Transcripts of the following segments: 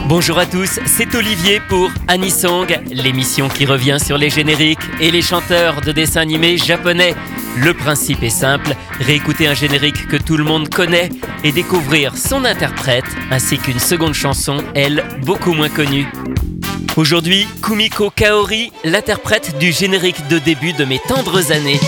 Bonjour à tous, c'est Olivier pour Anisong, l'émission qui revient sur les génériques et les chanteurs de dessins animés japonais. Le principe est simple, réécouter un générique que tout le monde connaît et découvrir son interprète, ainsi qu'une seconde chanson, elle, beaucoup moins connue. Aujourd'hui, Kumiko Kaori, l'interprète du générique de début de Mes tendres années.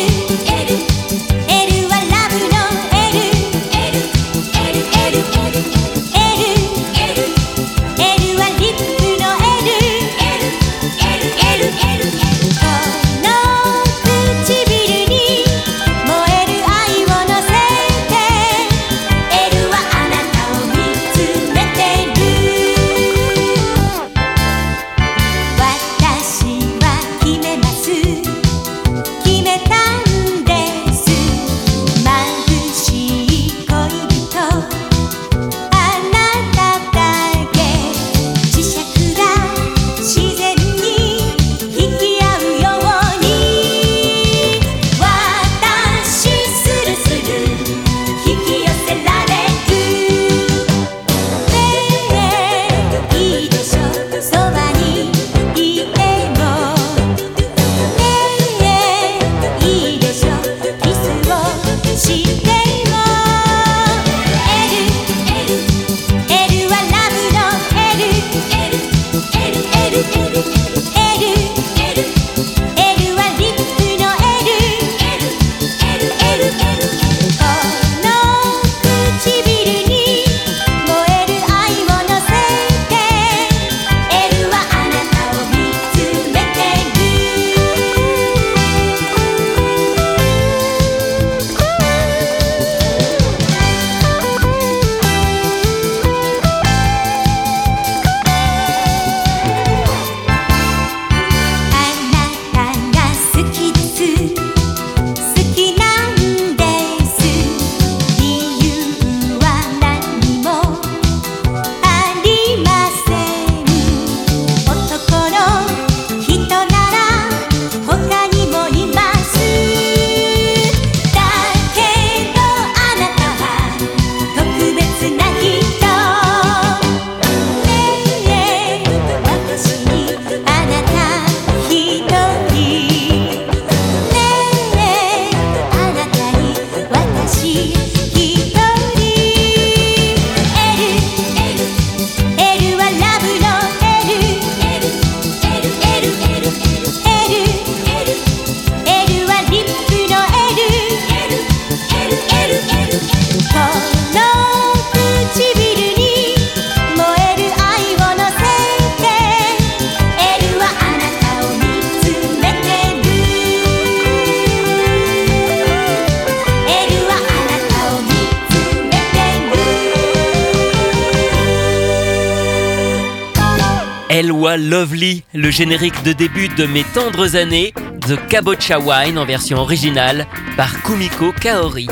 Elwa Lovely, le générique de début de Mes tendres années, The Kabocha Wine en version originale par Kumiko Kaori.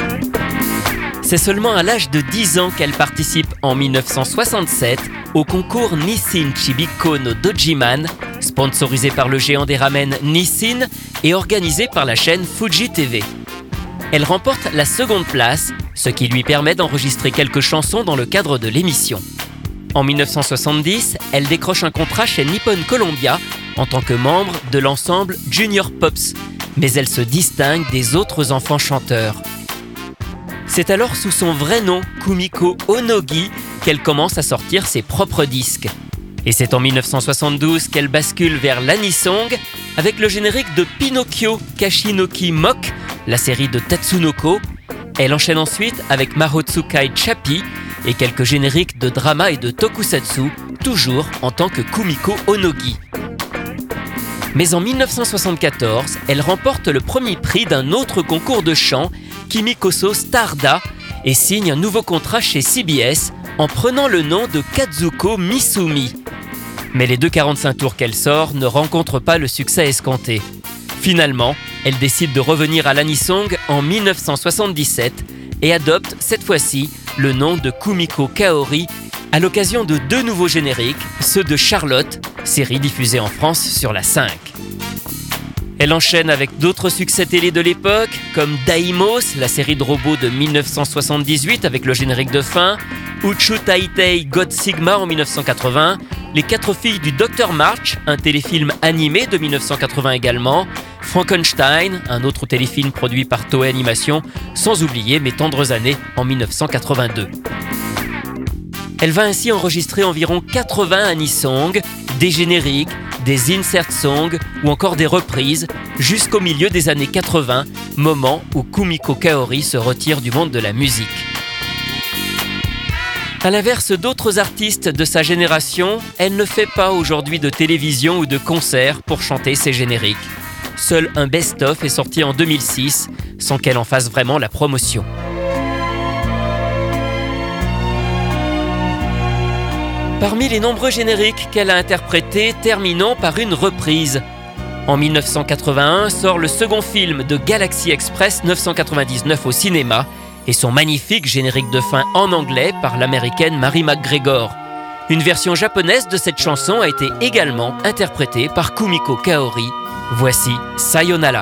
C'est seulement à l'âge de 10 ans qu'elle participe en 1967 au concours Nissin Chibiko no Dojiman, sponsorisé par le géant des ramen Nissin et organisé par la chaîne Fuji TV. Elle remporte la seconde place, ce qui lui permet d'enregistrer quelques chansons dans le cadre de l'émission. En 1970, elle décroche un contrat chez Nippon Columbia en tant que membre de l'ensemble Junior Pops, mais elle se distingue des autres enfants chanteurs. C'est alors sous son vrai nom, Kumiko Onogi, qu'elle commence à sortir ses propres disques. Et c'est en 1972 qu'elle bascule vers l'anisong avec le générique de Pinocchio Kashinoki Mok, la série de Tatsunoko. Elle enchaîne ensuite avec Mahotsukai Chappie et quelques génériques de drama et de tokusatsu, toujours en tant que Kumiko Onogi. Mais en 1974, elle remporte le premier prix d'un autre concours de chant, Kimikoso Starda, et signe un nouveau contrat chez CBS en prenant le nom de Kazuko Misumi. Mais les 2,45 tours qu'elle sort ne rencontrent pas le succès escompté. Finalement, elle décide de revenir à l'anisong en 1977 et adopte cette fois-ci le nom de Kumiko Kaori à l'occasion de 2 nouveaux génériques, ceux de Charlotte, série diffusée en France sur la 5. Elle enchaîne avec d'autres succès télé de l'époque, comme Daimos, la série de robots de 1978 avec le générique de fin, Uchu Taitei God Sigma en 1980, Les 4 filles du Dr March, un téléfilm animé de 1980 également, Frankenstein, un autre téléfilm produit par Toei Animation, sans oublier Mes tendres années en 1982. Elle va ainsi enregistrer environ 80 anisongs, des génériques, des insert songs ou encore des reprises jusqu'au milieu des années 80, moment où Kumiko Kaori se retire du monde de la musique. À l'inverse d'autres artistes de sa génération, elle ne fait pas aujourd'hui de télévision ou de concerts pour chanter ses génériques. Seul un best-of est sorti en 2006, sans qu'elle en fasse vraiment la promotion. Parmi les nombreux génériques qu'elle a interprétés, terminons par une reprise. En 1981 sort le second film de Galaxy Express 999 au cinéma et son magnifique générique de fin en anglais par l'américaine Mary McGregor. Une version japonaise de cette chanson a été également interprétée par Kumiko Kaori. Voici Sayonara.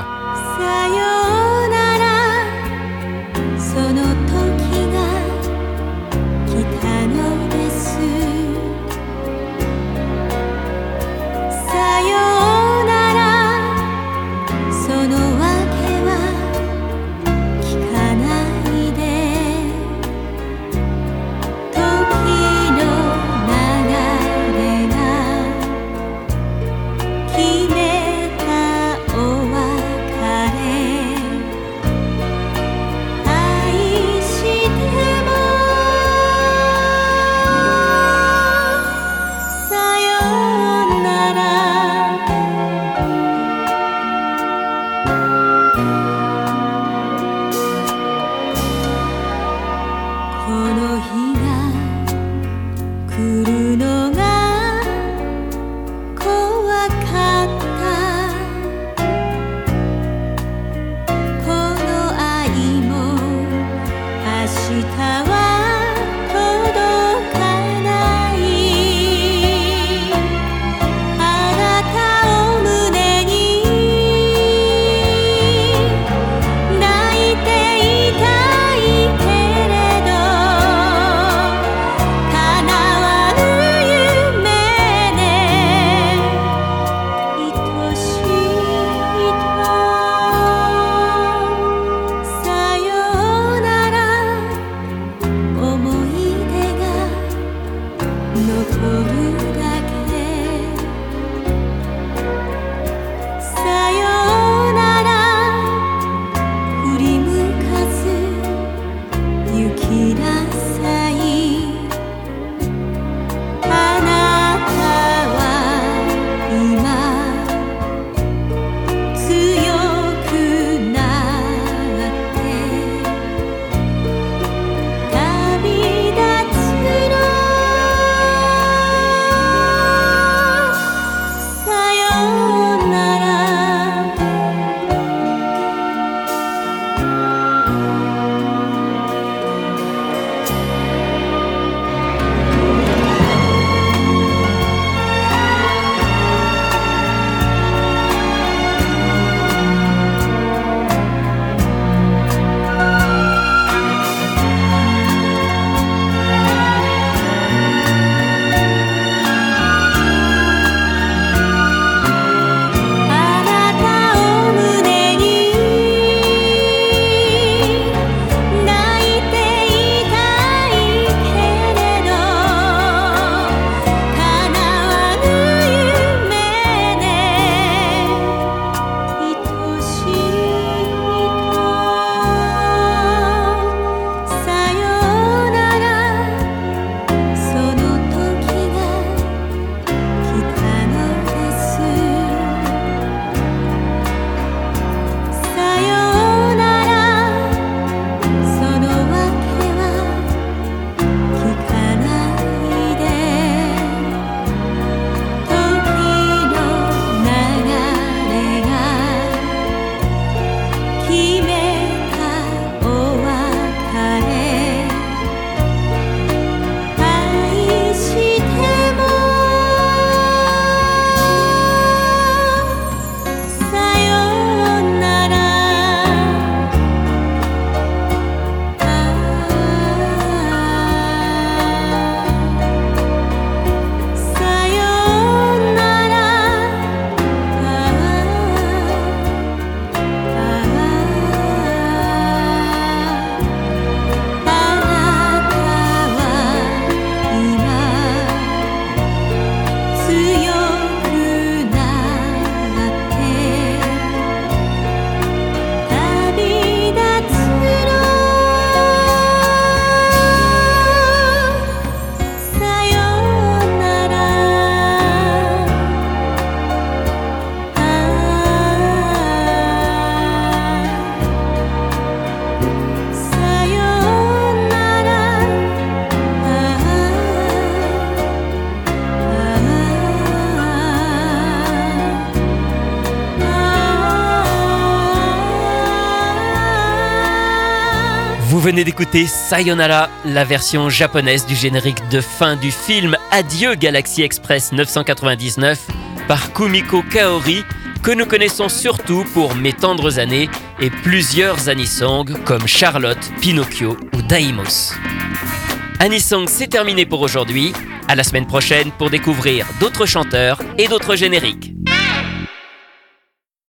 venez d'écouter Sayonara, la version japonaise du générique de fin du film Adieu Galaxy Express 999 par Kumiko Kaori, que nous connaissons surtout pour Mes tendres années et plusieurs Anisong comme Charlotte, Pinocchio ou Daimos. Anisong, c'est terminé pour aujourd'hui. À la semaine prochaine pour découvrir d'autres chanteurs et d'autres génériques.